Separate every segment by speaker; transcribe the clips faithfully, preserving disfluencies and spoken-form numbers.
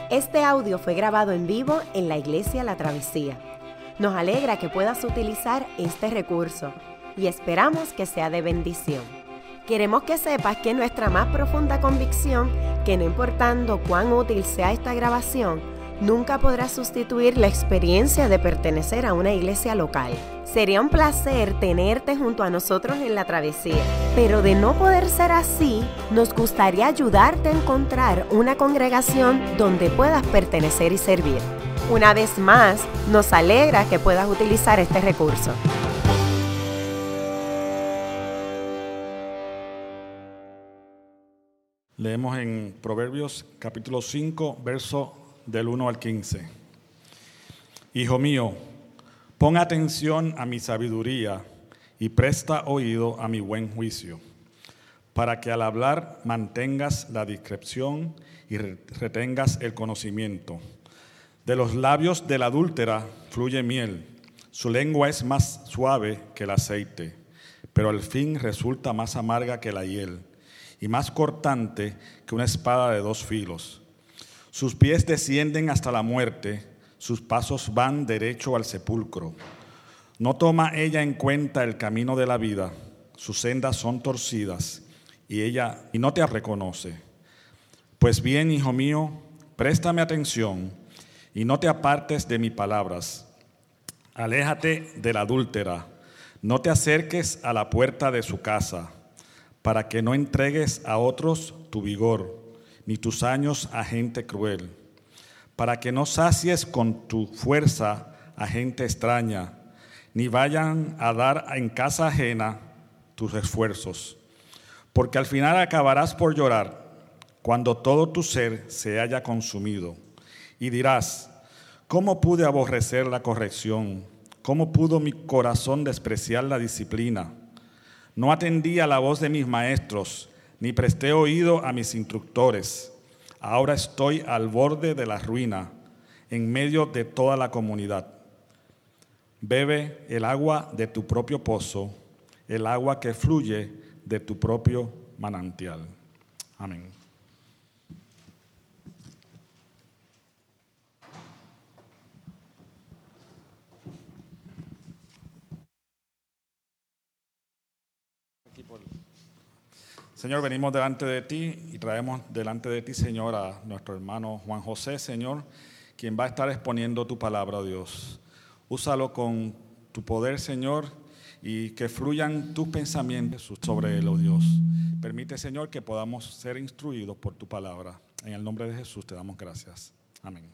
Speaker 1: Este audio fue grabado en vivo en la Iglesia La Travesía. Nos alegra que puedas utilizar este recurso y esperamos que sea de bendición. Queremos que sepas que nuestra más profunda convicción, que no importando cuán útil sea esta grabación, nunca podrá sustituir la experiencia de pertenecer a una iglesia local. Sería un placer tenerte junto a nosotros en la travesía, pero de no poder ser así, nos gustaría ayudarte a encontrar una congregación donde puedas pertenecer y servir. Una vez más, nos alegra que puedas utilizar este recurso.
Speaker 2: Leemos en Proverbios capítulo cinco, verso del uno al quince. Hijo mío, pon atención a mi sabiduría y presta oído a mi buen juicio, para que al hablar mantengas la discreción y retengas el conocimiento. De los labios de la adúltera fluye miel, su lengua es más suave que el aceite, pero al fin resulta más amarga que la hiel y más cortante que una espada de dos filos. Sus pies descienden hasta la muerte, sus pasos van derecho al sepulcro. No toma ella en cuenta el camino de la vida, sus sendas son torcidas, y ella y no te reconoce. Pues bien, hijo mío, préstame atención, y no te apartes de mis palabras. Aléjate de la adúltera, no te acerques a la puerta de su casa, para que no entregues a otros tu vigor, ni tus años a gente cruel, para que no sacies con tu fuerza a gente extraña, ni vayan a dar en casa ajena tus esfuerzos, porque al final acabarás por llorar cuando todo tu ser se haya consumido, y dirás, ¿cómo pude aborrecer la corrección? ¿Cómo pudo mi corazón despreciar la disciplina? No atendí a la voz de mis maestros, ni presté oído a mis instructores. Ahora estoy al borde de la ruina, en medio de toda la comunidad. Bebe el agua de tu propio pozo, el agua que fluye de tu propio manantial. Amén. Señor, venimos delante de ti y traemos delante de ti, Señor, a nuestro hermano Juan José, Señor, quien va a estar exponiendo tu palabra, Dios. Úsalo con tu poder, Señor, y que fluyan tus pensamientos sobre él, oh Dios. Permite, Señor, que podamos ser instruidos por tu palabra. En el nombre de Jesús te damos gracias. Amén.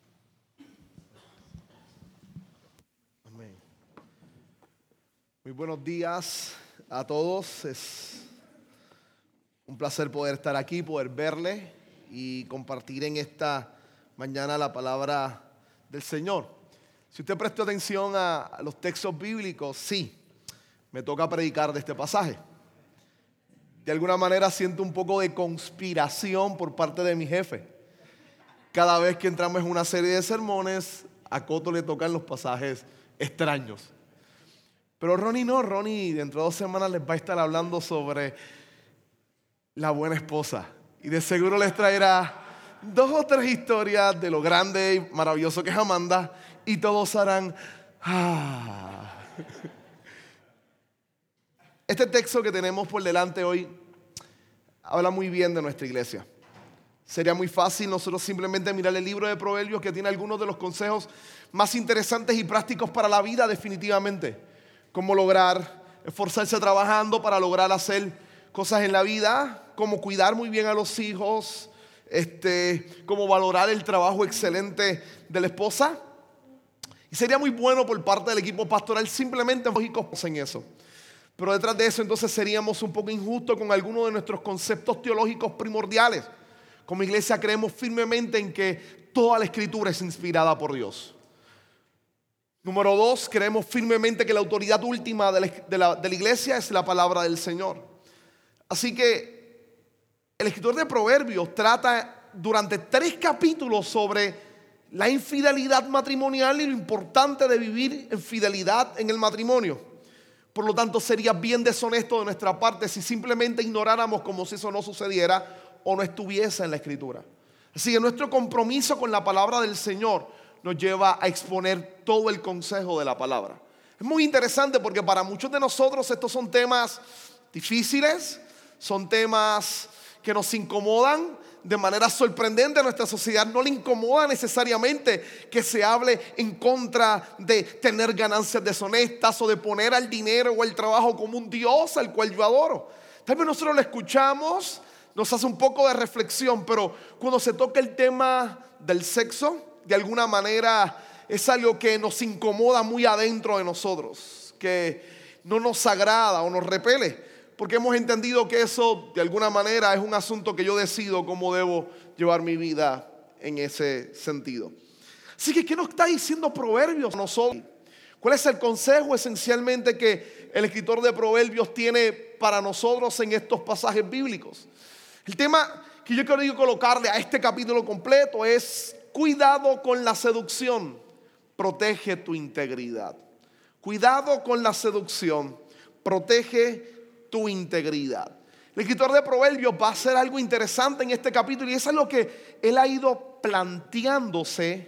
Speaker 3: Amén. Muy buenos días a todos. Es un placer poder estar aquí, poder verle y compartir en esta mañana la palabra del Señor. Si usted prestó atención a los textos bíblicos, sí, me toca predicar de este pasaje. De alguna manera siento un poco de conspiración por parte de mi jefe. Cada vez que entramos en una serie de sermones, a Coto le tocan los pasajes extraños. Pero Ronnie no, Ronnie dentro de dos semanas les va a estar hablando sobre la buena esposa. Y de seguro les traerá dos o tres historias de lo grande y maravilloso que es Amanda. Y todos harán ah. Este texto que tenemos por delante hoy habla muy bien de nuestra iglesia. Sería muy fácil nosotros simplemente mirar el libro de Proverbios, que tiene algunos de los consejos más interesantes y prácticos para la vida, definitivamente. Cómo lograr esforzarse trabajando para lograr hacer cosas en la vida, cómo cuidar muy bien a los hijos, este, cómo valorar el trabajo excelente de la esposa. Y sería muy bueno por parte del equipo pastoral simplemente enfocarnos en eso. Pero detrás de eso entonces seríamos un poco injustos con algunos de nuestros conceptos teológicos primordiales. Como iglesia creemos firmemente en que toda la escritura es inspirada por Dios. Número dos, creemos firmemente que la autoridad última de la, de la, de la iglesia es la palabra del Señor. Así que el escritor de Proverbios trata durante tres capítulos sobre la infidelidad matrimonial y lo importante de vivir en fidelidad en el matrimonio. Por lo tanto, sería bien deshonesto de nuestra parte si simplemente ignoráramos como si eso no sucediera o no estuviese en la escritura. Así que nuestro compromiso con la palabra del Señor nos lleva a exponer todo el consejo de la palabra. Es muy interesante porque para muchos de nosotros estos son temas difíciles, son temas que nos incomodan de manera sorprendente. A nuestra sociedad no le incomoda necesariamente que se hable en contra de tener ganancias deshonestas o de poner al dinero o el trabajo como un Dios al cual yo adoro. Tal vez nosotros lo escuchamos, nos hace un poco de reflexión, pero cuando se toca el tema del sexo, de alguna manera es algo que nos incomoda muy adentro de nosotros, que no nos agrada o nos repele, porque hemos entendido que eso de alguna manera es un asunto que yo decido cómo debo llevar mi vida en ese sentido. Así que, ¿qué nos está diciendo Proverbios a nosotros? ¿Cuál es el consejo esencialmente que el escritor de Proverbios tiene para nosotros en estos pasajes bíblicos? El tema que yo quiero colocarle a este capítulo completo es: cuidado con la seducción, protege tu integridad. Cuidado con la seducción, protege tu integridad. El escritor de Proverbios va a hacer algo interesante en este capítulo, y eso es lo que él ha ido planteándose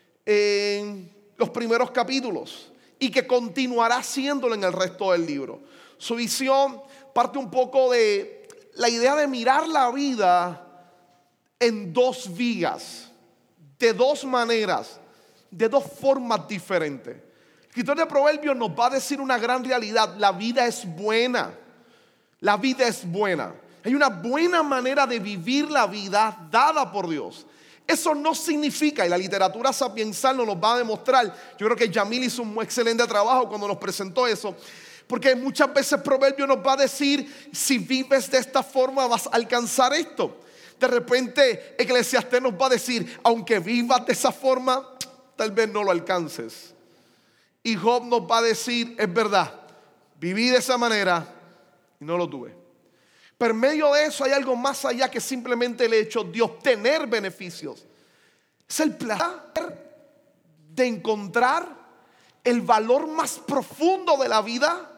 Speaker 3: en los primeros capítulos y que continuará haciéndolo en el resto del libro. Su visión parte un poco de la idea de mirar la vida en dos vías, de dos maneras, de dos formas diferentes. El escritor de Proverbios nos va a decir una gran realidad: la vida es buena. La vida es buena. Hay una buena manera de vivir la vida dada por Dios. Eso no significa, y la literatura sapiensal nos lo va a demostrar, yo creo que Yamil hizo un excelente trabajo cuando nos presentó eso, porque muchas veces Proverbios nos va a decir: si vives de esta forma vas a alcanzar esto. De repente Eclesiastés nos va a decir: aunque vivas de esa forma, tal vez no lo alcances. Y Job nos va a decir: es verdad, viví de esa manera y no lo tuve. Pero en medio de eso hay algo más allá que simplemente el hecho de obtener beneficios. Es el placer de encontrar el valor más profundo de la vida,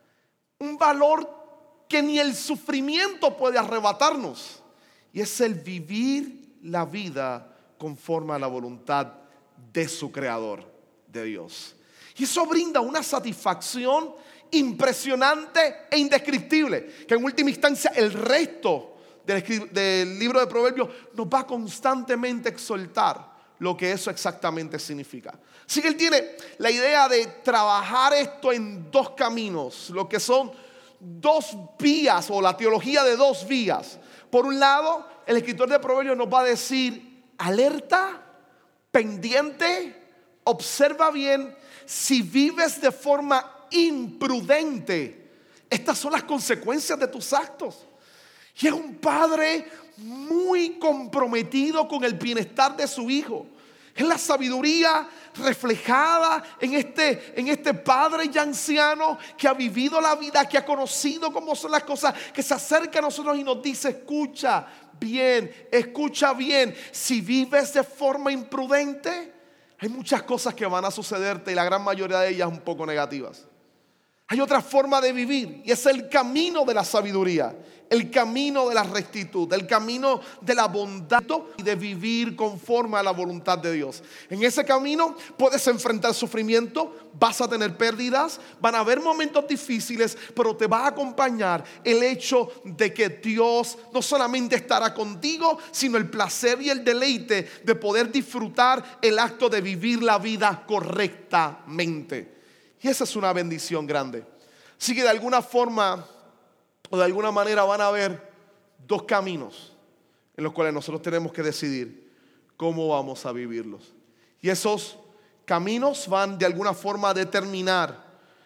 Speaker 3: un valor que ni el sufrimiento puede arrebatarnos, y es el vivir la vida conforme a la voluntad de su Creador, de Dios. Y eso brinda una satisfacción impresionante e indescriptible, que en última instancia el resto del, del libro de Proverbios nos va a constantemente exhortar lo que eso exactamente significa. Así que él tiene la idea de trabajar esto en dos caminos, lo que son dos vías, o la teología de dos vías. Por un lado, el escritor de Proverbios nos va a decir: alerta, pendiente, observa bien. Si vives de forma imprudente, estas son las consecuencias de tus actos. Y es un padre muy comprometido con el bienestar de su hijo. Es la sabiduría reflejada en este, en este padre ya anciano que ha vivido la vida, que ha conocido cómo son las cosas, que se acerca a nosotros y nos dice: escucha bien, escucha bien. Si vives de forma imprudente, hay muchas cosas que van a sucederte, y la gran mayoría de ellas un poco negativas. Hay otra forma de vivir, y es el camino de la sabiduría, el camino de la rectitud, el camino de la bondad y de vivir conforme a la voluntad de Dios. En ese camino puedes enfrentar sufrimiento, vas a tener pérdidas, van a haber momentos difíciles, pero te va a acompañar el hecho de que Dios no solamente estará contigo, sino el placer y el deleite de poder disfrutar el acto de vivir la vida correctamente. Y esa es una bendición grande. Así que de alguna forma o de alguna manera van a haber dos caminos en los cuales nosotros tenemos que decidir cómo vamos a vivirlos. Y esos caminos van de alguna forma a determinar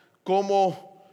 Speaker 3: cómo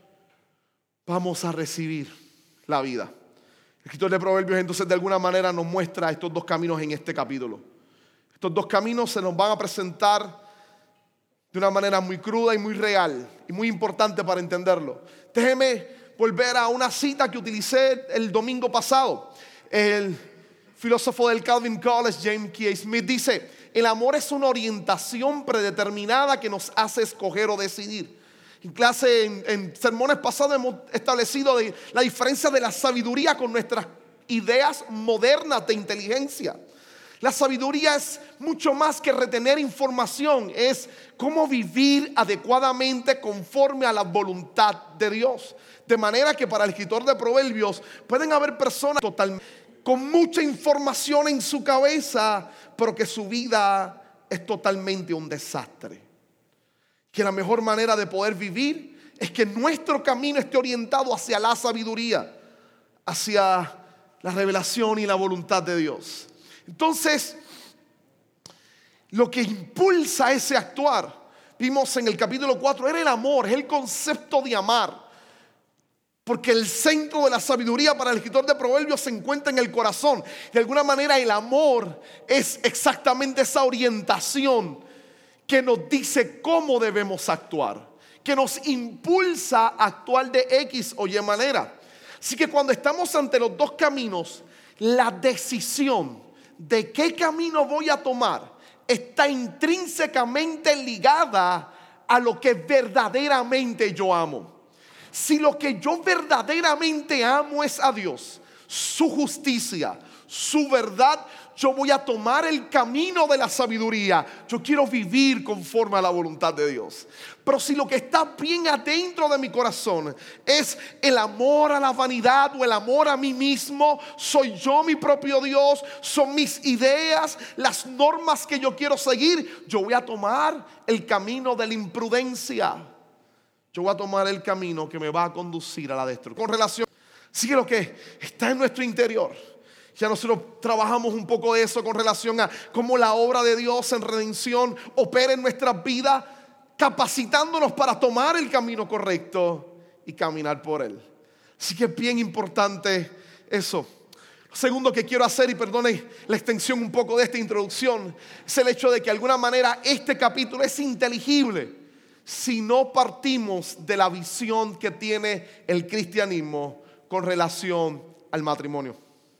Speaker 3: vamos a recibir la vida. El escritor de Proverbios entonces de alguna manera nos muestra estos dos caminos en este capítulo. Estos dos caminos se nos van a presentar de una manera muy cruda y muy real, y muy importante para entenderlo. Déjeme volver a una cita que utilicé el domingo pasado. El filósofo del Calvin College, James K. Smith, dice: el amor es una orientación predeterminada que nos hace escoger o decidir. En clase, en, en sermones pasados hemos establecido de, la diferencia de la sabiduría con nuestras ideas modernas de inteligencia. La sabiduría es mucho más que retener información, es cómo vivir adecuadamente conforme a la voluntad de Dios. De manera que para el escritor de Proverbios pueden haber personas totalmente con mucha información en su cabeza, pero que su vida es totalmente un desastre. Que la mejor manera de poder vivir es que nuestro camino esté orientado hacia la sabiduría, hacia la revelación y la voluntad de Dios. Entonces, lo que impulsa ese actuar, vimos en el capítulo cuatro, era el amor, es el concepto de amar. Porque el centro de la sabiduría para el escritor de Proverbios se encuentra en el corazón. De alguna manera el amor es exactamente esa orientación que nos dice cómo debemos actuar, que nos impulsa a actuar de X o Y manera. Así que cuando estamos ante los dos caminos, la decisión de qué camino voy a tomar está intrínsecamente ligada a lo que verdaderamente yo amo. Si lo que yo verdaderamente amo es a Dios, su justicia, su verdad, yo voy a tomar el camino de la sabiduría. Yo quiero vivir conforme a la voluntad de Dios. Pero si lo que está bien adentro de mi corazón es el amor a la vanidad o el amor a mí mismo, soy yo mi propio Dios, son mis ideas, las normas que yo quiero seguir, yo voy a tomar el camino de la imprudencia. Yo voy a tomar el camino que me va a conducir a la destrucción. Con relación, sigue lo que está en nuestro interior. Ya nosotros trabajamos un poco de eso con relación a cómo la obra de Dios en redención opera en nuestras vidas, capacitándonos para tomar el camino correcto y caminar por él. Así que es bien importante eso. Lo segundo que quiero hacer, y perdone la extensión un poco de esta introducción, es el hecho de que de alguna manera este capítulo es inteligible si no partimos de la visión que tiene el cristianismo con relación al matrimonio.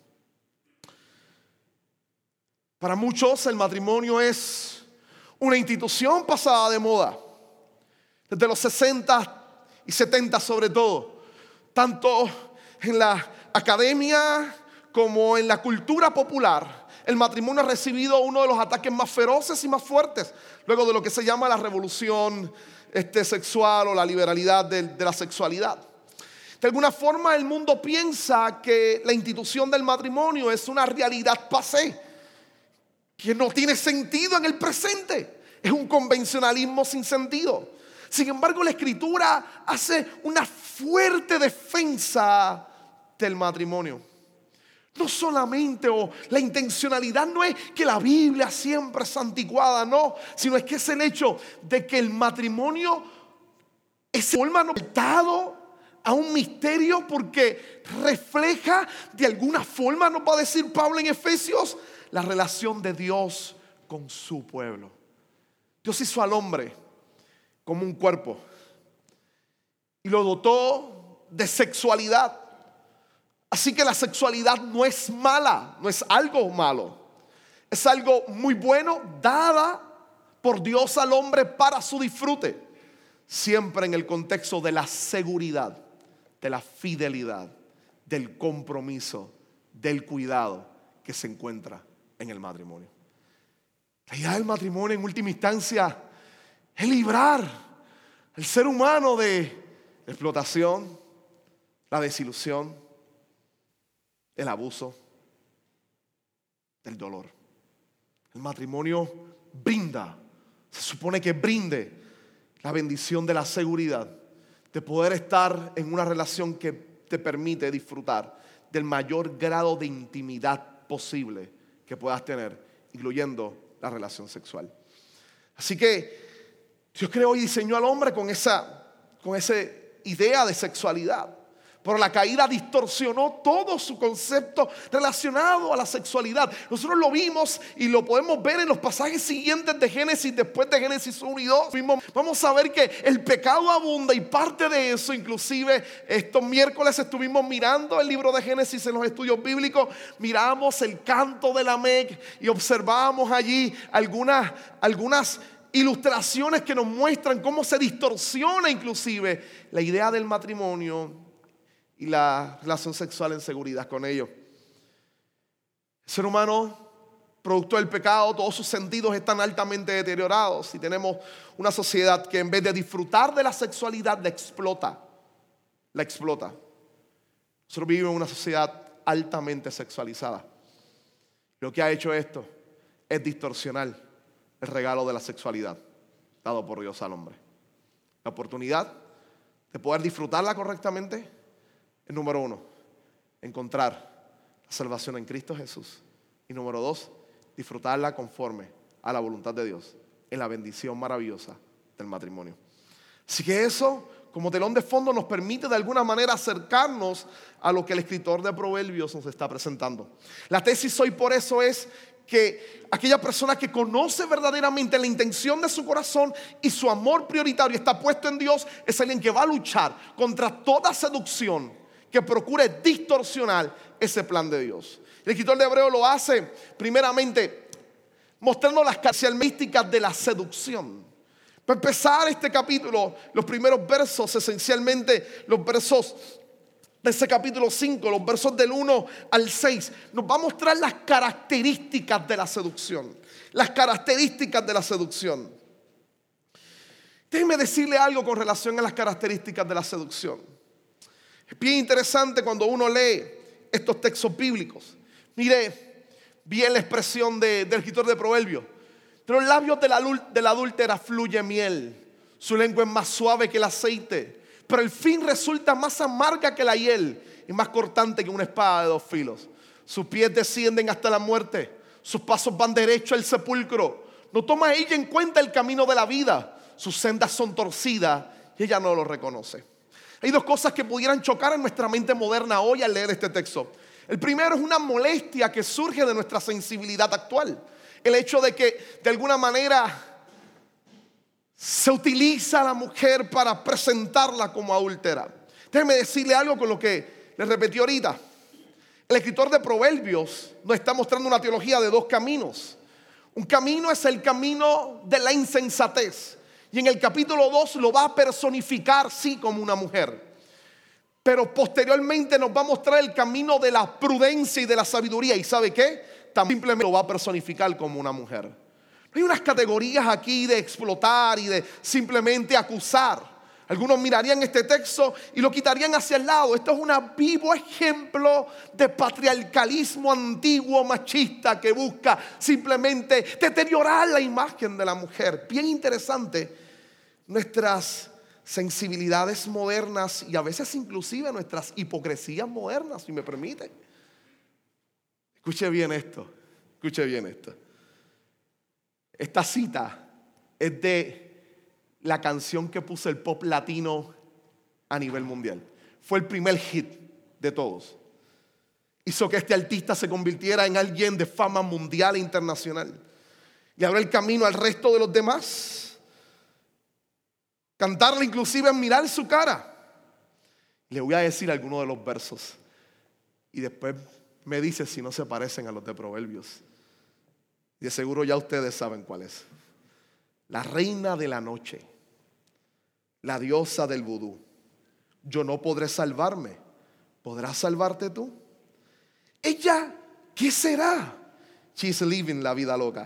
Speaker 3: Para muchos el matrimonio es una institución pasada de moda, desde los sesenta y setenta sobre todo, tanto en la academia como en la cultura popular. El matrimonio ha recibido uno de los ataques más feroces y más fuertes, luego de lo que se llama la revolución este, sexual o la liberalidad de, de la sexualidad. De alguna forma el mundo piensa que la institución del matrimonio es una realidad pasé, que no tiene sentido en el presente. Es un convencionalismo sin sentido. Sin embargo, la Escritura hace una fuerte defensa del matrimonio. No solamente, o la intencionalidad no es que la Biblia siempre es anticuada, no, sino es que es el hecho de que el matrimonio es forma notado a un misterio, porque refleja de alguna forma, nos va a decir Pablo en Efesios, la relación de Dios con su pueblo. Dios hizo al hombre como un cuerpo y lo dotó de sexualidad. Así que la sexualidad no es mala, no es algo malo. Es algo muy bueno, dada por Dios al hombre para su disfrute, siempre en el contexto de la seguridad, de la fidelidad, del compromiso, del cuidado que se encuentra en el matrimonio. La idea del matrimonio en última instancia es librar al ser humano de la explotación, la desilusión, el abuso, del dolor. El matrimonio brinda, se supone que brinde la bendición de la seguridad, de poder estar en una relación que te permite disfrutar del mayor grado de intimidad posible que puedas tener, incluyendo la relación sexual. Así que Dios creó y diseñó al hombre con esa, con esa idea de sexualidad. Pero la caída distorsionó todo su concepto relacionado a la sexualidad. Nosotros lo vimos y lo podemos ver en los pasajes siguientes de Génesis, después de Génesis uno y dos. Vamos a ver que el pecado abunda, y parte de eso, inclusive estos miércoles estuvimos mirando el libro de Génesis en los estudios bíblicos. Miramos el canto de Lamec y observamos allí algunas, algunas ilustraciones que nos muestran cómo se distorsiona inclusive la idea del matrimonio y la relación sexual en seguridad con ellos. El ser humano Producto del pecado, todos sus sentidos están altamente deteriorados y tenemos una sociedad que en vez de disfrutar de la sexualidad la explota, la explota. Nosotros vivimos en una sociedad altamente sexualizada. Lo que ha hecho esto es distorsionar el regalo de la sexualidad dado por Dios al hombre. La oportunidad de poder disfrutarla correctamente es número uno, encontrar la salvación en Cristo Jesús. Y número dos, disfrutarla conforme a la voluntad de Dios en la bendición maravillosa del matrimonio. Así que eso, como telón de fondo, nos permite de alguna manera acercarnos a lo que el escritor de Proverbios nos está presentando. La tesis hoy por eso es que aquella persona que conoce verdaderamente la intención de su corazón y su amor prioritario está puesto en Dios, es alguien que va a luchar contra toda seducción que procure distorsionar ese plan de Dios. El escritor de Hebreo lo hace primeramente mostrando las características de la seducción. Para empezar este capítulo, los primeros versos, esencialmente los versos de ese capítulo cinco, los versos del uno al seis, nos va a mostrar las características de la seducción. Las características de la seducción. Déjenme decirle algo con relación a las características de la seducción. Es bien interesante cuando uno lee estos textos bíblicos. Mire bien la expresión de, del escritor de Proverbios. De los labios de la, de la adúltera fluye miel. Su lengua es más suave que el aceite, pero el fin resulta más amarga que la hiel y más cortante que una espada de dos filos. Sus pies descienden hasta la muerte, sus pasos van derecho al sepulcro. No toma ella en cuenta el camino de la vida, sus sendas son torcidas y ella no lo reconoce. Hay dos cosas que pudieran chocar en nuestra mente moderna hoy al leer este texto. El primero es una molestia que surge de nuestra sensibilidad actual. El hecho de que de alguna manera se utiliza a la mujer para presentarla como adúltera. Déjeme decirle algo con lo que le repetí ahorita. El escritor de Proverbios nos está mostrando una teología de dos caminos. Un camino es el camino de la insensatez. Y en el capítulo dos lo va a personificar, sí, como una mujer. Pero posteriormente nos va a mostrar el camino de la prudencia y de la sabiduría. ¿Y sabe qué? También simplemente lo va a personificar como una mujer. No hay unas categorías aquí de explotar y de simplemente acusar. Algunos mirarían este texto y lo quitarían hacia el lado. Esto es un vivo ejemplo de patriarcalismo antiguo, machista, que busca simplemente deteriorar la imagen de la mujer. Bien interesante, nuestras sensibilidades modernas y a veces inclusive nuestras hipocresías modernas, si me permite. Escuche bien esto, escuche bien esto. Esta cita es de la canción que puso el pop latino a nivel mundial. Fue el primer hit de todos. Hizo que este artista se convirtiera en alguien de fama mundial e internacional. Y abrió el camino al resto de los demás. Cantarle inclusive en mirar su cara. Le voy a decir algunos de los versos. Y después me dice si no se parecen a los de Proverbios. Y de seguro ya ustedes saben cuál es. La reina de la noche, la diosa del vudú. Yo no podré salvarme. ¿Podrás salvarte tú? Ella, ¿qué será? She's living la vida loca.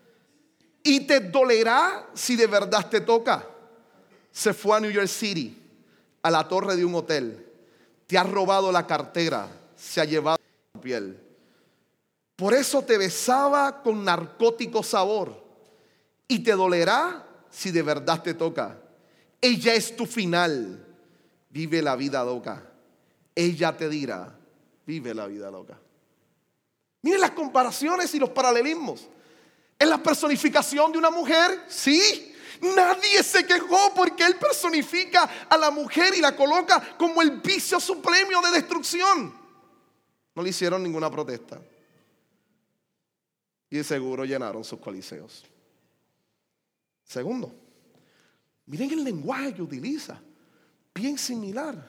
Speaker 3: Y te dolerá si de verdad te toca. Se fue a New York City, a la torre de un hotel. Te ha robado la cartera, se ha llevado la piel. Por eso te besaba con narcótico sabor. Y te dolerá si de verdad te toca. Ella es tu final. Vive la vida loca. Ella te dirá, vive la vida loca. Miren las comparaciones y los paralelismos. ¿Es la personificación de una mujer? Sí. Nadie se quejó porque él personifica a la mujer y la coloca como el vicio supremo de destrucción. No le hicieron ninguna protesta. Y de seguro llenaron sus coliseos. Segundo, miren el lenguaje que utiliza. Bien similar.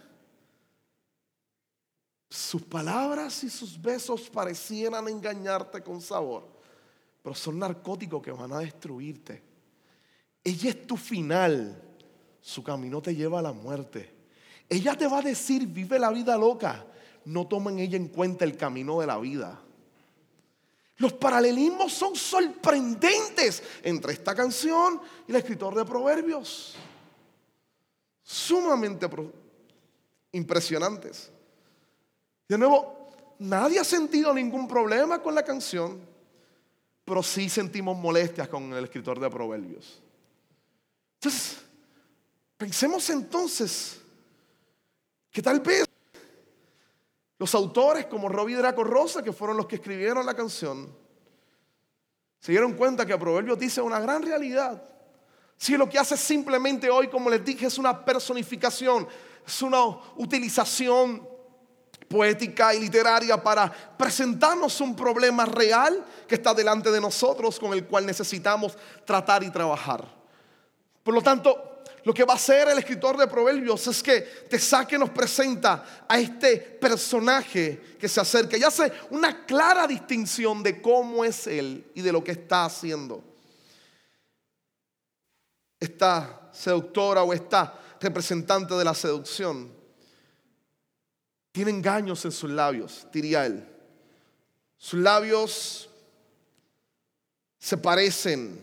Speaker 3: Sus palabras y sus besos parecieran engañarte con sabor, pero son narcóticos que van a destruirte. Ella es tu final. Su camino te lleva a la muerte. Ella te va a decir, vive la vida loca. No tomen ella en cuenta el camino de la vida. Los paralelismos son sorprendentes entre esta canción y el escritor de Proverbios. Sumamente pro- impresionantes. De nuevo, nadie ha sentido ningún problema con la canción, pero sí sentimos molestias con el escritor de Proverbios. Entonces, pensemos entonces que tal vez los autores como Robbie Draco Rosa, que fueron los que escribieron la canción, se dieron cuenta que Proverbios dice una gran realidad. Si lo que hace simplemente hoy, como les dije, es una personificación, es una utilización poética y literaria para presentarnos un problema real que está delante de nosotros, con el cual necesitamos tratar y trabajar. Por lo tanto, lo que va a hacer el escritor de Proverbios es que Tesaque nos presenta a este personaje que se acerca y hace una clara distinción de cómo es él y de lo que está haciendo. Esta seductora o esta representante de la seducción tiene engaños en sus labios, diría él. Sus labios se parecen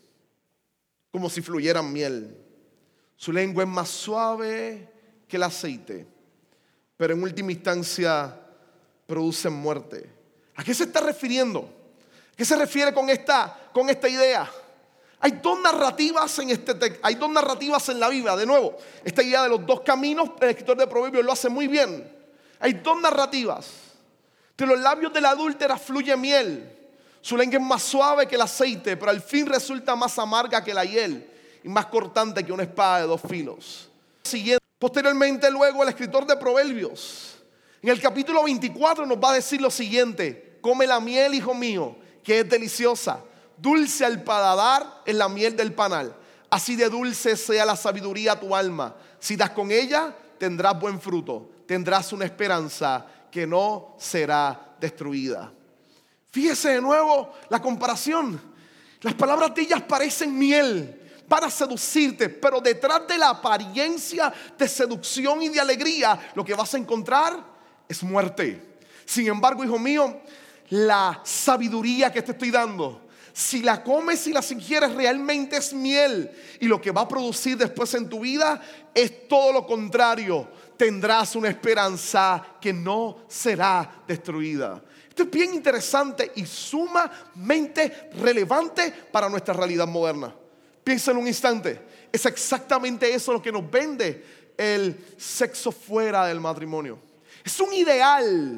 Speaker 3: como si fluyeran miel. Su lengua es más suave que el aceite, pero en última instancia producen muerte. ¿A qué se está refiriendo? ¿A qué se refiere con esta, con esta idea? Hay dos narrativas en este texto, hay dos narrativas en la Biblia. De nuevo, esta idea de los dos caminos, el escritor de Proverbios lo hace muy bien. Hay dos narrativas. De los labios de la adúltera fluye miel. Su lengua es más suave que el aceite, pero al fin resulta más amarga que la hiel y más cortante que una espada de dos filos. Siguiente. Posteriormente, luego, el escritor de Proverbios, en el capítulo veinticuatro, nos va a decir lo siguiente: come la miel, hijo mío, que es deliciosa. Dulce al paladar es la miel del panal. Así de dulce sea la sabiduría a tu alma. Si das con ella, tendrás buen fruto. Tendrás una esperanza que no será destruida. Fíjese de nuevo la comparación. Las palabras de ellas parecen miel para seducirte, pero detrás de la apariencia de seducción y de alegría, lo que vas a encontrar es muerte. Sin embargo, hijo mío, la sabiduría que te estoy dando, si la comes y la ingieres, realmente es miel, y lo que va a producir después en tu vida es todo lo contrario. Tendrás una esperanza que no será destruida. Esto es bien interesante y sumamente relevante para nuestra realidad moderna. Piensa en un instante, es exactamente eso lo que nos vende el sexo fuera del matrimonio. Es un ideal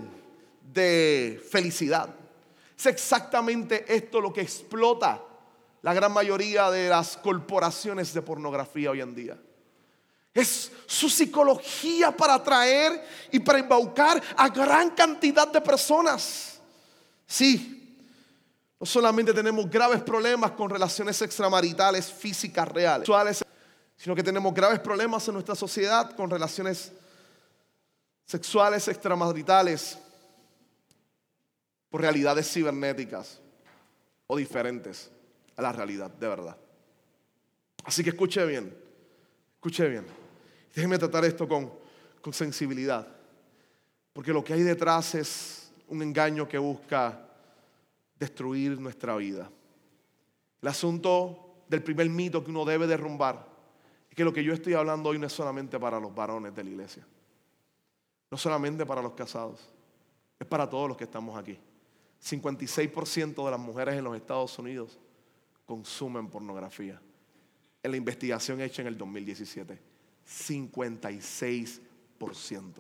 Speaker 3: de felicidad. Es exactamente esto lo que explota la gran mayoría de las corporaciones de pornografía hoy en día. Es su psicología para atraer y para embaucar a gran cantidad de personas. Sí, no solamente tenemos graves problemas con relaciones extramaritales físicas reales, sino que tenemos graves problemas en nuestra sociedad con relaciones sexuales extramaritales por realidades cibernéticas o diferentes a la realidad de verdad. Así que escuche bien, escuche bien. Déjeme tratar esto con, con sensibilidad, porque lo que hay detrás es un engaño que busca destruir nuestra vida. El asunto del primer mito que uno debe derrumbar es que lo que yo estoy hablando hoy no es solamente para los varones de la iglesia, no solamente para los casados, es para todos los que estamos aquí. cincuenta y seis por ciento de las mujeres en los Estados Unidos consumen pornografía. En la investigación hecha en el dos mil diecisiete, cincuenta y seis por ciento.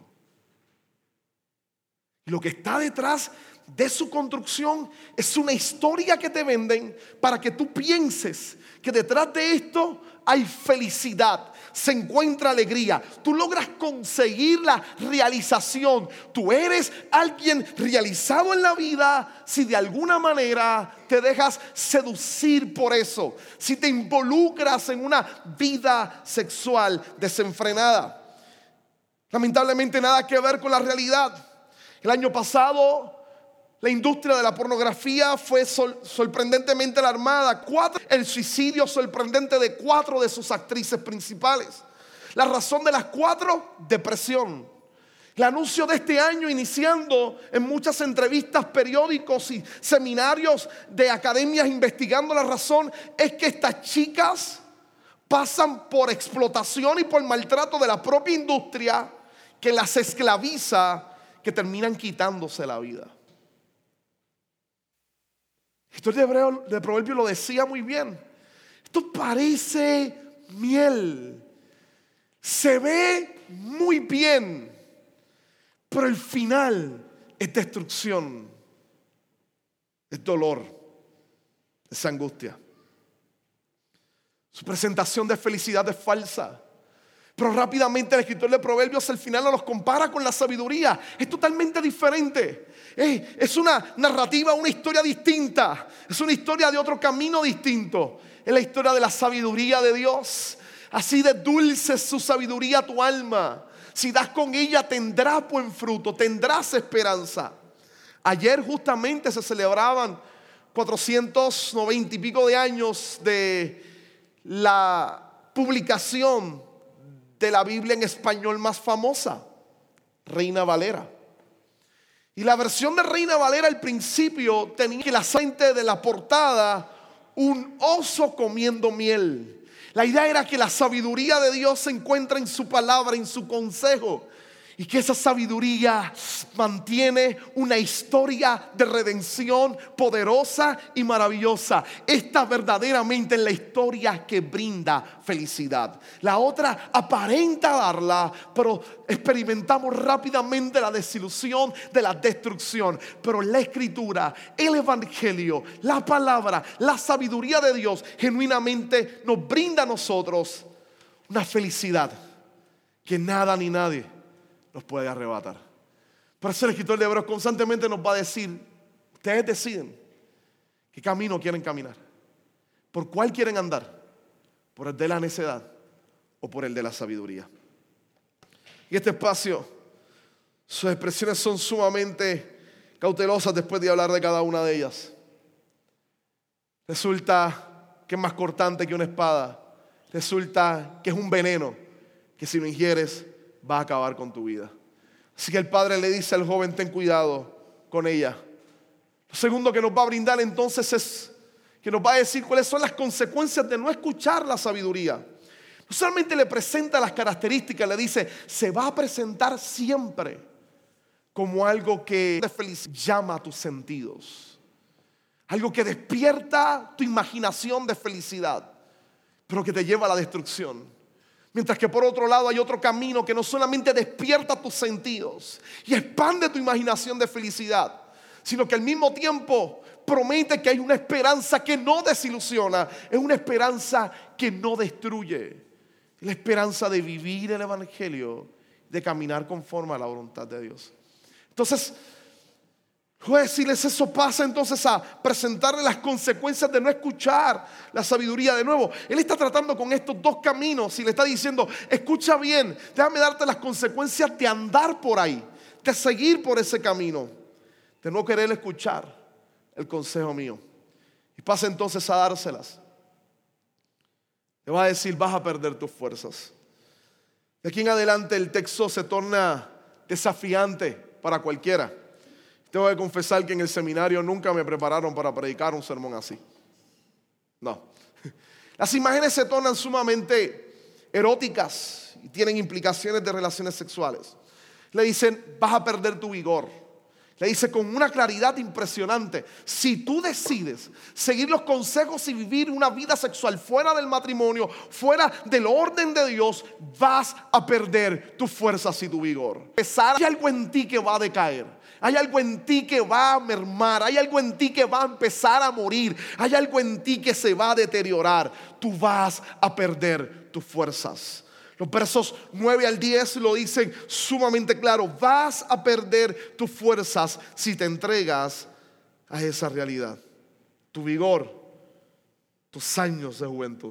Speaker 3: Y lo que está detrás de su construcción es una historia que te venden para que tú pienses que detrás de esto hay felicidad, se encuentra alegría, tú logras conseguir la realización, tú eres alguien realizado en la vida si de alguna manera te dejas seducir por eso, si te involucras en una vida sexual desenfrenada. Lamentablemente nada que ver con la realidad. El año pasado la industria de la pornografía fue sol- sorprendentemente alarmada. Cuatro, el suicidio sorprendente de cuatro de sus actrices principales. La razón de las cuatro, depresión. El anuncio de este año, iniciando en muchas entrevistas, periódicos y seminarios de academias investigando la razón, es que estas chicas pasan por explotación y por maltrato de la propia industria que las esclaviza, que terminan quitándose la vida. El historia de, Hebreo, de Proverbio lo decía muy bien. Esto parece miel, se ve muy bien, pero el final es destrucción, es dolor, es angustia. Su presentación de felicidad es falsa. Pero rápidamente el escritor de Proverbios al final nos compara con la sabiduría. Es totalmente diferente. Es, es una narrativa, una historia distinta. Es una historia de otro camino distinto. Es la historia de la sabiduría de Dios. Así de dulce es su sabiduría a tu alma. Si das con ella tendrás buen fruto, tendrás esperanza. Ayer justamente se celebraban cuatrocientos noventa y pico de años de la publicación de la Biblia en español más famosa, Reina Valera. Y la versión de Reina Valera al principio tenía que la frente de la portada un oso comiendo miel. La idea era que la sabiduría de Dios se encuentra en su palabra, en su consejo. Y que esa sabiduría mantiene una historia de redención poderosa y maravillosa. Esta verdaderamente es la historia que brinda felicidad. La otra aparenta darla, pero experimentamos rápidamente la desilusión de la destrucción. Pero la escritura, el evangelio, la palabra, la sabiduría de Dios genuinamente nos brinda a nosotros una felicidad que nada ni nadie nos puede arrebatar. Por eso el escritor de Hebreos constantemente nos va a decir: ustedes deciden qué camino quieren caminar, por cuál quieren andar, por el de la necedad o por el de la sabiduría. Y este espacio, sus expresiones son sumamente cautelosas después de hablar de cada una de ellas. Resulta que es más cortante que una espada. Resulta que es un veneno que si lo ingieres va a acabar con tu vida. Así que el padre le dice al joven: ten cuidado con ella. Lo segundo que nos va a brindar entonces es que nos va a decir cuáles son las consecuencias de no escuchar la sabiduría. No solamente le presenta las características, le dice: se va a presentar siempre como algo que de felicidad llama a tus sentidos, algo que despierta tu imaginación de felicidad, pero que te lleva a la destrucción. Mientras que por otro lado hay otro camino que no solamente despierta tus sentidos y expande tu imaginación de felicidad, sino que al mismo tiempo promete que hay una esperanza que no desilusiona. Es una esperanza que no destruye. Es la esperanza de vivir el evangelio, de caminar conforme a la voluntad de Dios. Entonces, voy a decirles, eso pasa entonces a presentarle las consecuencias de no escuchar la sabiduría. De nuevo, él está tratando con estos dos caminos y le está diciendo: escucha bien, déjame darte las consecuencias de andar por ahí, de seguir por ese camino, de no querer escuchar el consejo mío. Y pasa entonces a dárselas. Le va a decir: vas a perder tus fuerzas. De aquí en adelante el texto se torna desafiante para cualquiera. Tengo que confesar que en el seminario nunca me prepararon para predicar un sermón así. No. Las imágenes se tornan sumamente eróticas y tienen implicaciones de relaciones sexuales. Le dicen: vas a perder tu vigor. Le dice con una claridad impresionante: si tú decides seguir los consejos y vivir una vida sexual fuera del matrimonio, fuera del orden de Dios, vas a perder tus fuerzas y tu vigor. Hay algo en ti que va a decaer. Hay algo en ti que va a mermar. Hay algo en ti que va a empezar a morir. Hay algo en ti que se va a deteriorar. Tú vas a perder tus fuerzas. Los versos nueve al diez lo dicen sumamente claro: vas a perder tus fuerzas si te entregas a esa realidad. Tu vigor, tus años de juventud.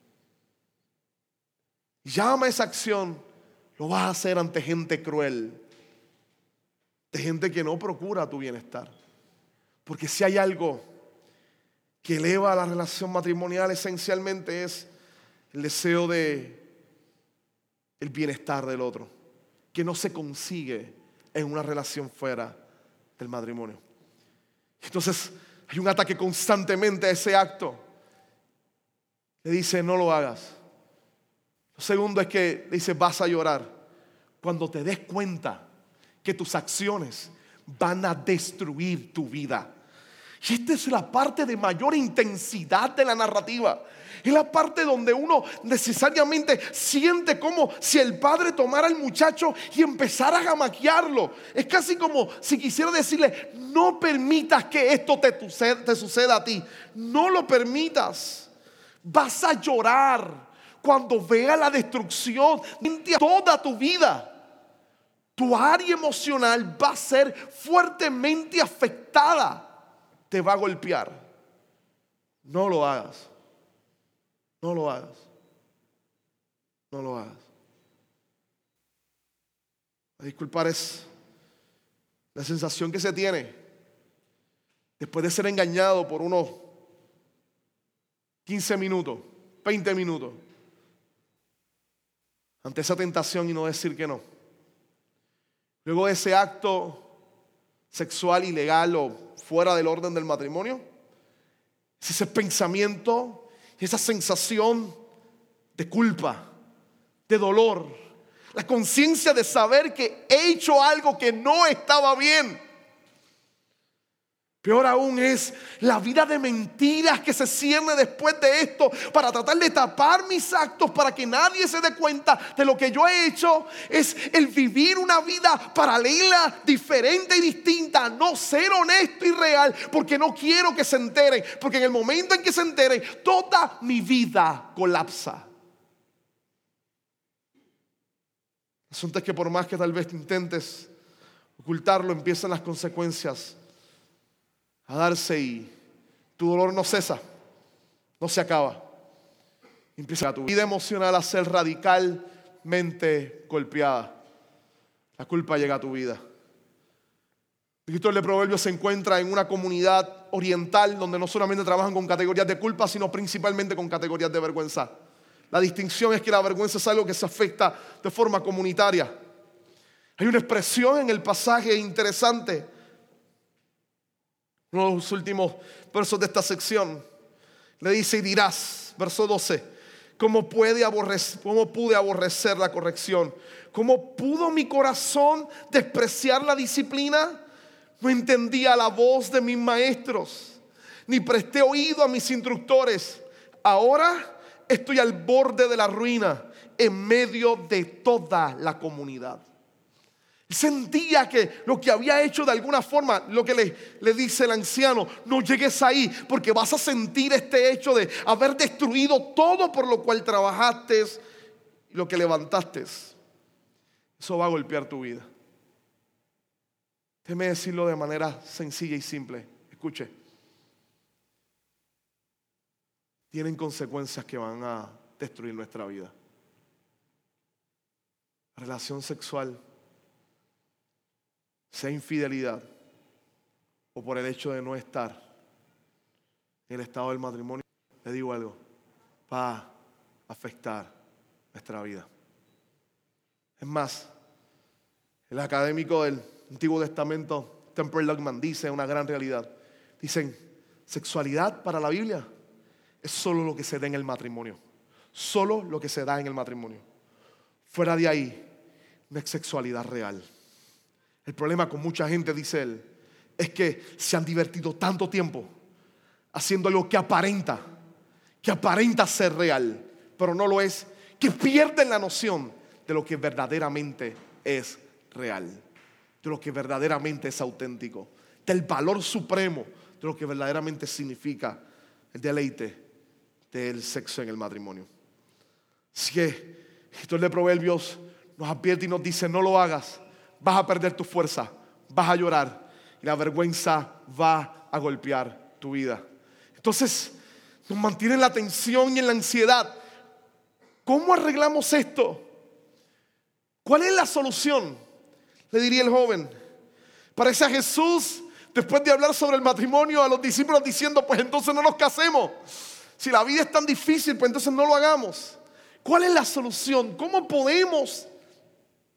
Speaker 3: Llama esa acción, lo vas a hacer ante gente cruel, de gente que no procura tu bienestar. Porque si hay algo que eleva a la relación matrimonial, esencialmente es el deseo de el bienestar del otro, que no se consigue en una relación fuera del matrimonio. Entonces hay un ataque constantemente a ese acto. Le dice, no lo hagas. Lo segundo es que le dice, vas a llorar cuando te des cuenta que tus acciones van a destruir tu vida. Y esta es la parte de mayor intensidad de la narrativa. Es la parte donde uno necesariamente siente como si el padre tomara al muchacho y empezara a jamaquearlo. Es casi como si quisiera decirle, no permitas que esto te, te suceda a ti. No lo permitas. Vas a llorar cuando veas la destrucción de toda tu vida. Tu área emocional va a ser fuertemente afectada. Te va a golpear. No lo hagas. No lo hagas. No lo hagas. A disculpar es la sensación que se tiene después de ser engañado por unos quince minutos, veinte minutos, ante esa tentación y no decir que no. Luego de ese acto sexual ilegal o fuera del orden del matrimonio, es ese pensamiento, esa sensación de culpa, de dolor, la conciencia de saber que he hecho algo que no estaba bien. Peor aún es la vida de mentiras que se cierne después de esto para tratar de tapar mis actos para que nadie se dé cuenta de lo que yo he hecho. Es el vivir una vida paralela, diferente y distinta. No ser honesto y real porque no quiero que se enteren. Porque en el momento en que se enteren, toda mi vida colapsa. El asunto es que por más que tal vez intentes ocultarlo, empiezan las consecuencias a darse y tu dolor no cesa, no se acaba. Empieza tu vida emocional a ser radicalmente golpeada. La culpa llega a tu vida. El escritor de Proverbios se encuentra en una comunidad oriental donde no solamente trabajan con categorías de culpa, sino principalmente con categorías de vergüenza. La distinción es que la vergüenza es algo que se afecta de forma comunitaria. Hay una expresión en el pasaje interesante. Uno de los últimos versos de esta sección le dice, y dirás, verso doce, ¿cómo, puede aborrecer, ¿cómo pude aborrecer la corrección? ¿Cómo pudo mi corazón despreciar la disciplina? No entendía la voz de mis maestros, ni presté oído a mis instructores. Ahora estoy al borde de la ruina, en medio de toda la comunidad. Sentía que lo que había hecho de alguna forma, lo que le, le dice el anciano, no llegues ahí porque vas a sentir este hecho de haber destruido todo por lo cual trabajaste y lo que levantaste. Eso va a golpear tu vida. Déjeme decirlo de manera sencilla y simple. Escuche. Tienen consecuencias que van a destruir nuestra vida. Relación sexual, sea infidelidad o por el hecho de no estar en el estado del matrimonio, le digo algo, va a afectar nuestra vida. Es más, el académico del Antiguo Testamento, Temple Lockman, dice una gran realidad. Dicen, sexualidad para la Biblia es solo lo que se da en el matrimonio. Solo lo que se da en el matrimonio. Fuera de ahí, no es sexualidad real. El problema con mucha gente, dice él, es que se han divertido tanto tiempo haciendo algo que aparenta, que aparenta ser real, pero no lo es, que pierden la noción de lo que verdaderamente es real, de lo que verdaderamente es auténtico, del valor supremo de lo que verdaderamente significa el deleite del sexo en el matrimonio. Así que el escritor de Proverbios nos advierte y nos dice, no lo hagas. Vas a perder tu fuerza, vas a llorar y la vergüenza va a golpear tu vida. Entonces nos mantiene en la tensión y en la ansiedad. ¿Cómo arreglamos esto? ¿Cuál es la solución? Le diría el joven. Parece a Jesús, después de hablar sobre el matrimonio, a los discípulos diciendo, pues entonces no nos casemos. Si la vida es tan difícil, pues entonces no lo hagamos. ¿Cuál es la solución? ¿Cómo podemos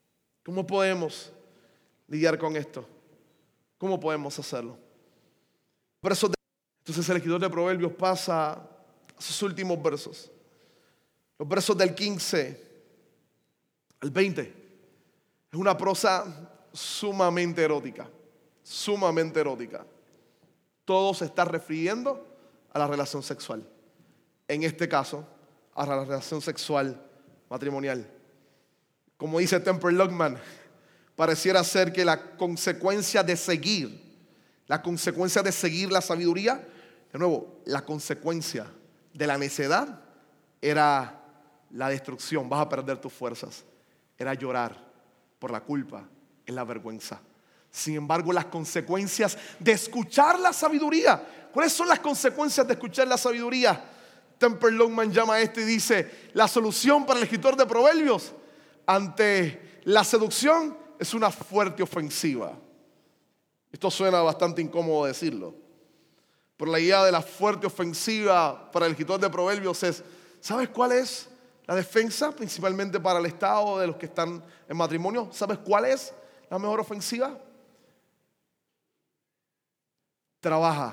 Speaker 3: ¿Cómo podemos lidiar con esto? ¿Cómo podemos hacerlo? Por eso, entonces el escritor de Proverbios pasa a sus últimos versos. Los versos del quince al veinte. Es una prosa sumamente erótica. Sumamente erótica. Todo se está refiriendo a la relación sexual. En este caso, a la relación sexual matrimonial. Como dice Temple Lockman, pareciera ser que la consecuencia de seguir, la consecuencia de seguir la sabiduría, de nuevo, la consecuencia de la necedad era la destrucción. Vas a perder tus fuerzas. Era llorar por la culpa, es la vergüenza. Sin embargo, las consecuencias de escuchar la sabiduría. ¿Cuáles son las consecuencias de escuchar la sabiduría? Temple Lockman llama a esto y dice: la solución para el escritor de Proverbios ante la seducción es una fuerte ofensiva. Esto suena bastante incómodo decirlo, pero la idea de la fuerte ofensiva para el escritor de Proverbios es: ¿sabes cuál es la defensa principalmente para el estado de los que están en matrimonio? ¿Sabes cuál es la mejor ofensiva? Trabaja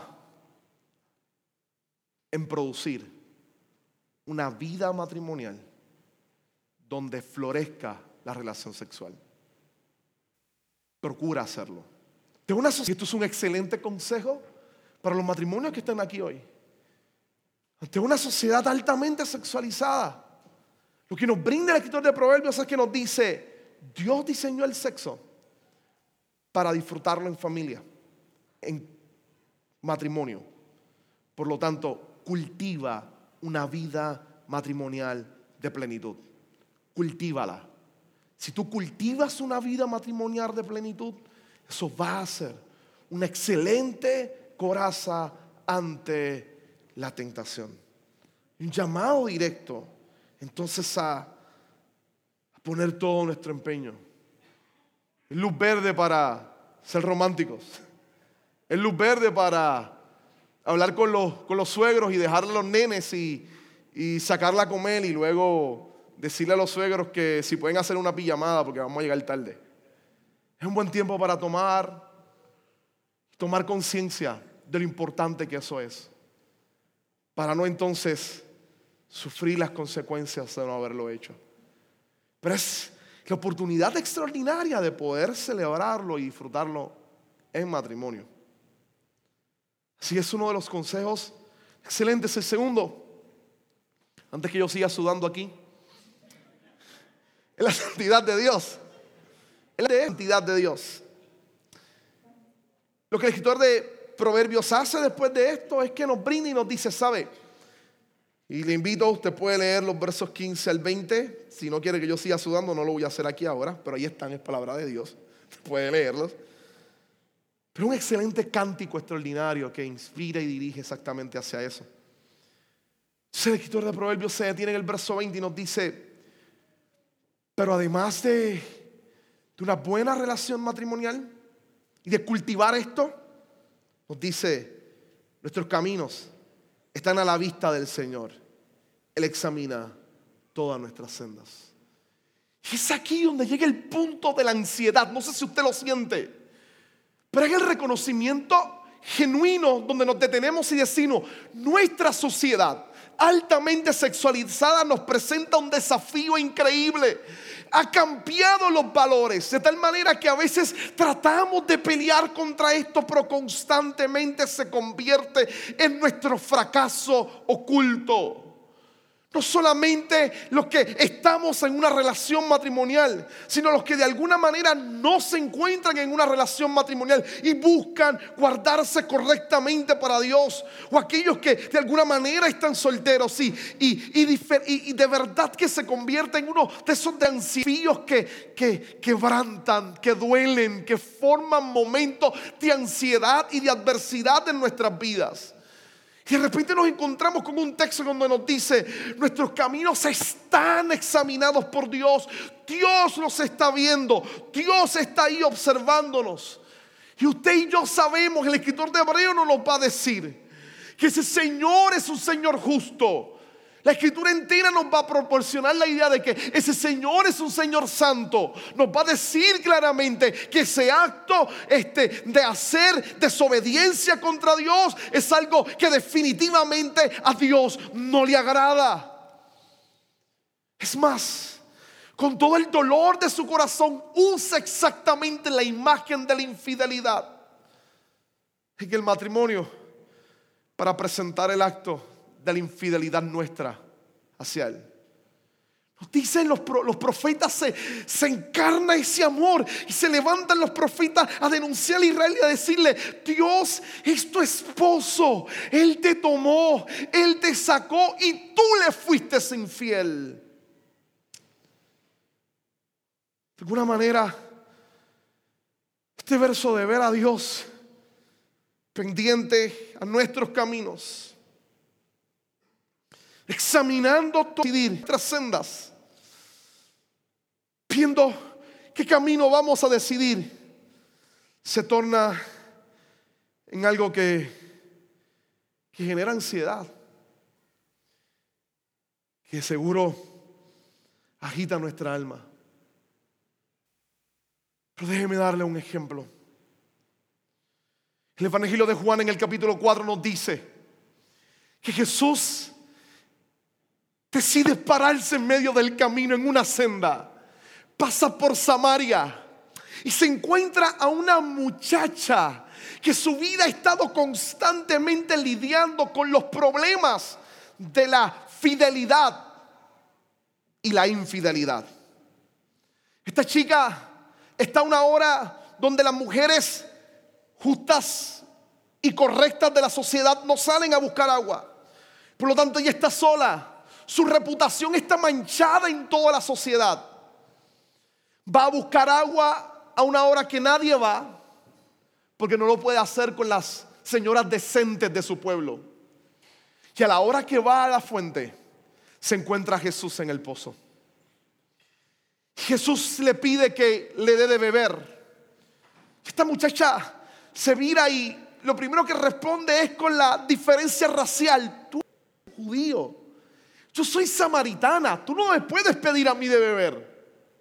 Speaker 3: en producir una vida matrimonial donde florezca la relación sexual. Procura hacerlo. De una sociedad, esto es un excelente consejo para los matrimonios que están aquí hoy. Ante una sociedad altamente sexualizada, lo que nos brinda el escritor de Proverbios es que nos dice: Dios diseñó el sexo para disfrutarlo en familia, en matrimonio. Por lo tanto, cultiva una vida matrimonial de plenitud. Cultívala. Si tú cultivas una vida matrimonial de plenitud, eso va a ser una excelente coraza ante la tentación. Un llamado directo entonces a, a poner todo nuestro empeño. Es luz verde para ser románticos. Es luz verde para hablar con los, con los suegros y dejarle a los nenes y, y sacarla a comer y luego decirle a los suegros que si pueden hacer una pijamada porque vamos a llegar tarde. Es un buen tiempo para tomar, tomar conciencia de lo importante que eso es, para no entonces sufrir las consecuencias de no haberlo hecho. Pero es la oportunidad extraordinaria de poder celebrarlo y disfrutarlo en matrimonio. Así es uno de los consejos excelentes. El segundo, antes que yo siga sudando aquí, es la santidad de Dios. Es la santidad de Dios. Lo que el escritor de Proverbios hace después de esto es que nos brinda y nos dice: ¿sabe? Y le invito, usted puede leer los versos quince al veinte. Si no quiere que yo siga sudando, no lo voy a hacer aquí ahora, pero ahí están, es palabra de Dios. Usted puede leerlos. Pero un excelente cántico extraordinario que inspira y dirige exactamente hacia eso. Entonces el escritor de Proverbios se detiene en el verso veinte y nos dice: pero además de, de una buena relación matrimonial y de cultivar esto, nos dice: nuestros caminos están a la vista del Señor. Él examina todas nuestras sendas. Y es aquí donde llega el punto de la ansiedad. No sé si usted lo siente, pero es el reconocimiento genuino donde nos detenemos y decimos: nuestra sociedad altamente sexualizada nos presenta un desafío increíble. Ha cambiado los valores de tal manera que a veces tratamos de pelear contra esto, pero constantemente se convierte en nuestro fracaso oculto. No solamente los que estamos en una relación matrimonial, sino los que de alguna manera no se encuentran en una relación matrimonial y buscan guardarse correctamente para Dios, o aquellos que de alguna manera están solteros y, y, y, difer, y, y de verdad que se convierten en uno de esos desafíos que, que quebrantan, que duelen, que forman momentos de ansiedad y de adversidad en nuestras vidas. Y de repente nos encontramos con un texto donde nos dice: nuestros caminos están examinados por Dios. Dios los está viendo. Dios está ahí observándonos. Y usted y yo sabemos, el escritor de Hebreos nos lo va a decir, que ese Señor es un Señor justo. La Escritura entera nos va a proporcionar la idea de que ese Señor es un Señor santo. Nos va a decir claramente que ese acto este, de hacer desobediencia contra Dios es algo que definitivamente a Dios no le agrada. Es más, con todo el dolor de su corazón, usa exactamente la imagen de la infidelidad en el matrimonio para presentar el acto de la infidelidad nuestra hacia Él. Nos dicen los, los profetas, se, se encarna ese amor y se levantan los profetas a denunciar a Israel y a decirle: Dios es tu esposo, Él te tomó, Él te sacó y tú le fuiste infiel. De alguna manera, este verso de ver a Dios pendiente a nuestros caminos, examinando nuestras sendas, viendo qué camino vamos a decidir, se torna en algo que, que genera ansiedad, que seguro agita nuestra alma. Pero déjeme darle un ejemplo. El Evangelio de Juan en el capítulo cuatro nos dice que Jesús decide pararse en medio del camino en una senda, pasa por Samaria y se encuentra a una muchacha que su vida ha estado constantemente lidiando con los problemas de la fidelidad y la infidelidad. Esta chica está a una hora donde las mujeres justas y correctas de la sociedad no salen a buscar agua. Por lo tanto, ella está sola. Su reputación está manchada en toda la sociedad. Va a buscar agua a una hora que nadie va, porque no lo puede hacer con las señoras decentes de su pueblo. Y a la hora que va a la fuente, se encuentra a Jesús en el pozo. Jesús le pide que le dé de beber. Esta muchacha se vira y lo primero que responde es con la diferencia racial. Tú eres judío, yo soy samaritana, tú no me puedes pedir a mí de beber.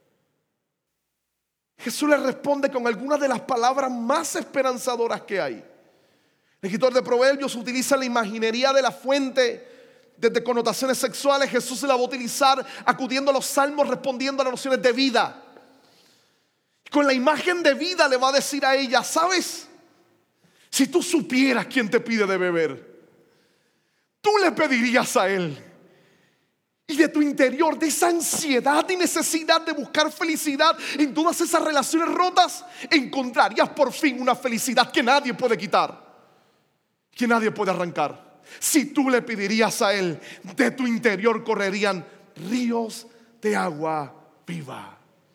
Speaker 3: Jesús le responde con algunas de las palabras más esperanzadoras que hay. El escritor de Proverbios utiliza la imaginería de la fuente desde connotaciones sexuales. Jesús se la va a utilizar acudiendo a los salmos, respondiendo a las nociones de vida. Con la imagen de vida le va a decir a ella: ¿sabes? Si tú supieras quién te pide de beber, tú le pedirías a Él. Y de tu interior, de esa ansiedad y necesidad de buscar felicidad en todas esas relaciones rotas, encontrarías por fin una felicidad que nadie puede quitar, que nadie puede arrancar. Si tú le pedirías a Él, de tu interior correrían ríos de agua viva.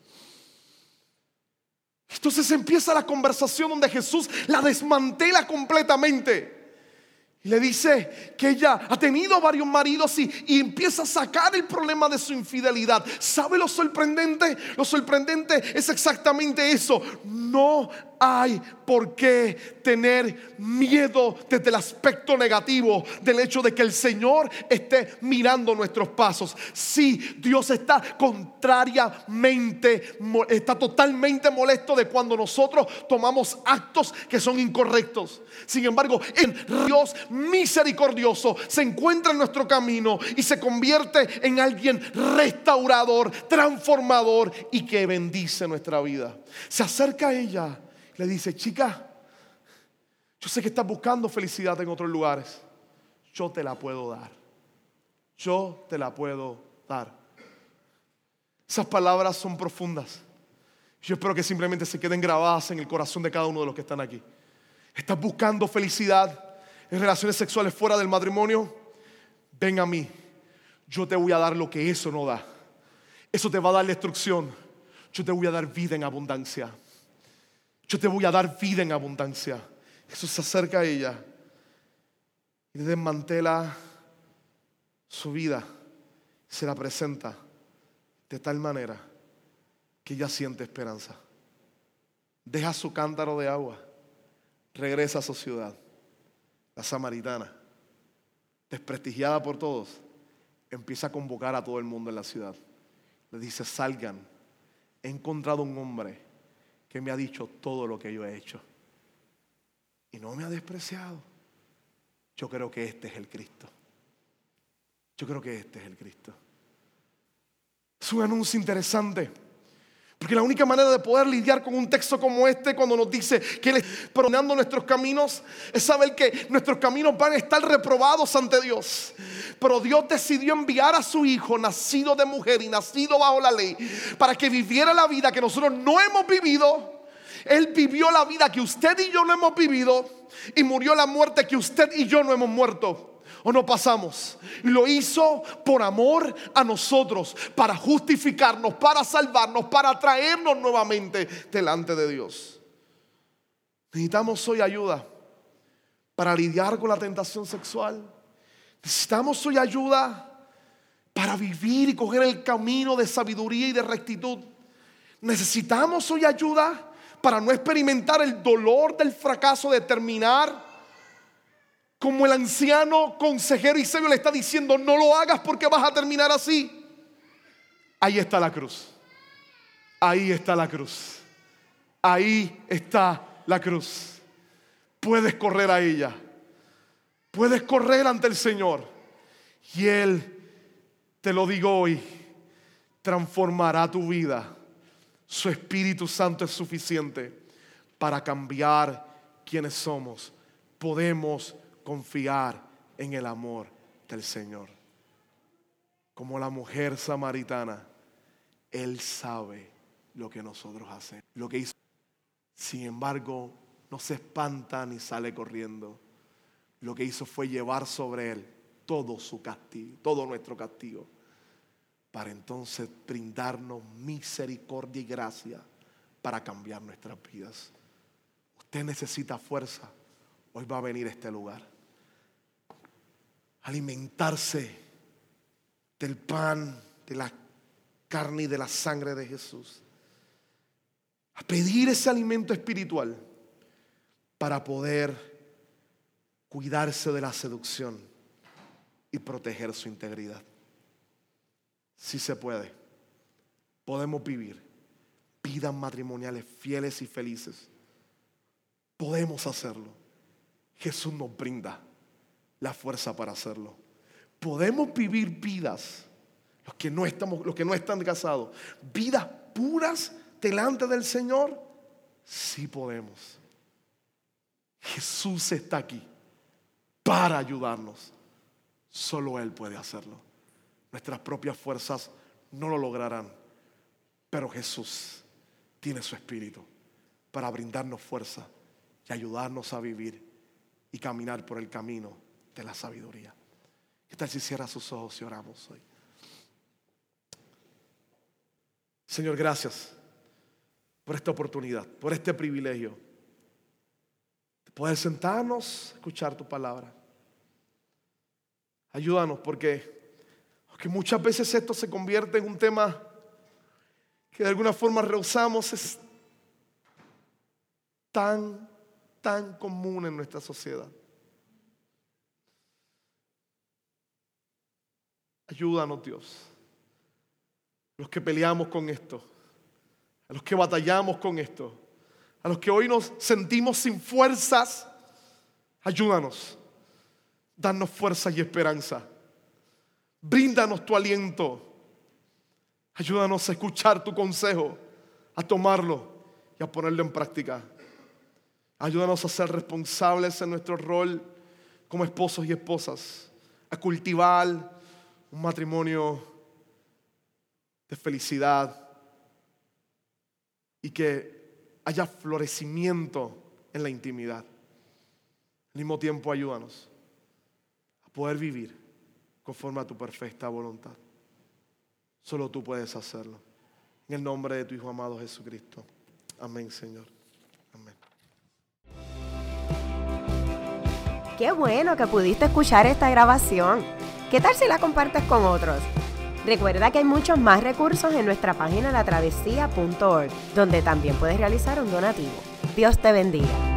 Speaker 3: Entonces empieza la conversación donde Jesús la desmantela completamente. Y le dice que ella ha tenido varios maridos y, y empieza a sacar el problema de su infidelidad. ¿Sabe lo sorprendente? Lo sorprendente es exactamente eso. No hay por qué tener miedo desde el aspecto negativo del hecho de que el Señor esté mirando nuestros pasos. Sí, Dios está contrariamente, está totalmente molesto de cuando nosotros tomamos actos que son incorrectos. Sin embargo, en Dios misericordioso se encuentra en nuestro camino y se convierte en alguien restaurador, transformador y que bendice nuestra vida. Se acerca a ella, le dice: chica, yo sé que estás buscando felicidad en otros lugares, yo te la puedo dar, yo te la puedo dar. Esas palabras son profundas. Yo espero que simplemente se queden grabadas en el corazón de cada uno de los que están aquí. ¿Estás buscando felicidad en relaciones sexuales fuera del matrimonio? Ven a mí, yo te voy a dar lo que eso no da. Eso te va a dar la instrucción. Yo te voy a dar vida en abundancia. Yo te voy a dar vida en abundancia. Jesús se acerca a ella y le desmantela su vida, se la presenta de tal manera que ella siente esperanza. Deja su cántaro de agua, regresa a su ciudad. La samaritana, desprestigiada por todos, empieza a convocar a todo el mundo en la ciudad. Le dice, salgan, he encontrado un hombre que me ha dicho todo lo que yo he hecho y no me ha despreciado. Yo creo que este es el Cristo. Yo creo que este es el Cristo. Es un anuncio interesante, porque la única manera de poder lidiar con un texto como este, cuando nos dice que Él está perdonando nuestros caminos, es saber que nuestros caminos van a estar reprobados ante Dios. Pero Dios decidió enviar a su Hijo, nacido de mujer y nacido bajo la ley, para que viviera la vida que nosotros no hemos vivido. Él vivió la vida que usted y yo no hemos vivido y murió la muerte que usted y yo no hemos muerto o no pasamos. Y lo hizo por amor a nosotros, para justificarnos, para salvarnos, para traernos nuevamente delante de Dios. Necesitamos hoy ayuda para lidiar con la tentación sexual. Necesitamos hoy ayuda para vivir y coger el camino de sabiduría y de rectitud. Necesitamos hoy ayuda para no experimentar el dolor del fracaso de terminar como el anciano consejero y sabio le está diciendo, no lo hagas porque vas a terminar así. Ahí está la cruz. Ahí está la cruz. Ahí está la cruz. Puedes correr a ella. Puedes correr ante el Señor. Y Él, te lo digo hoy, transformará tu vida. Su Espíritu Santo es suficiente para cambiar quienes somos. Podemos confiar en el amor del Señor. Como la mujer samaritana, Él sabe lo que nosotros hacemos, lo que hizo. Sin embargo, no se espanta ni sale corriendo. Lo que hizo fue llevar sobre Él todo su castigo, todo nuestro castigo, para entonces brindarnos misericordia y gracia para cambiar nuestras vidas. Usted necesita fuerza. Hoy va a venir a este lugar, alimentarse del pan, de la carne y de la sangre de Jesús, a pedir ese alimento espiritual para poder cuidarse de la seducción y proteger su integridad. Si se puede, podemos vivir vidas matrimoniales fieles y felices. Podemos hacerlo. Jesús nos brinda la fuerza para hacerlo. Podemos vivir vidas, los que no estamos, los que no están casados, vidas puras delante del Señor. Sí podemos. Jesús está aquí para ayudarnos. Solo Él puede hacerlo. Nuestras propias fuerzas no lo lograrán, pero Jesús tiene su Espíritu para brindarnos fuerza y ayudarnos a vivir y caminar por el camino de la sabiduría. ¿Qué tal si cierra sus ojos y oramos hoy? Señor, gracias por esta oportunidad, por este privilegio de poder sentarnos, escuchar tu palabra. Ayúdanos, porque aunque muchas veces esto se convierte en un tema que de alguna forma rehusamos, es tan tan común en nuestra sociedad. Ayúdanos, Dios, los que peleamos con esto, a los que batallamos con esto, a los que hoy nos sentimos sin fuerzas. Ayúdanos, danos fuerza y esperanza, bríndanos tu aliento, ayúdanos a escuchar tu consejo, a tomarlo y a ponerlo en práctica. Ayúdanos a ser responsables en nuestro rol como esposos y esposas, a cultivar un matrimonio de felicidad y que haya florecimiento en la intimidad. Al mismo tiempo, ayúdanos a poder vivir conforme a tu perfecta voluntad. Solo tú puedes hacerlo. En el nombre de tu Hijo amado Jesucristo. Amén, Señor. Amén.
Speaker 1: Qué bueno que pudiste escuchar esta grabación. ¿Qué tal si la compartes con otros? Recuerda que hay muchos más recursos en nuestra página la travesía punto org, donde también puedes realizar un donativo. Dios te bendiga.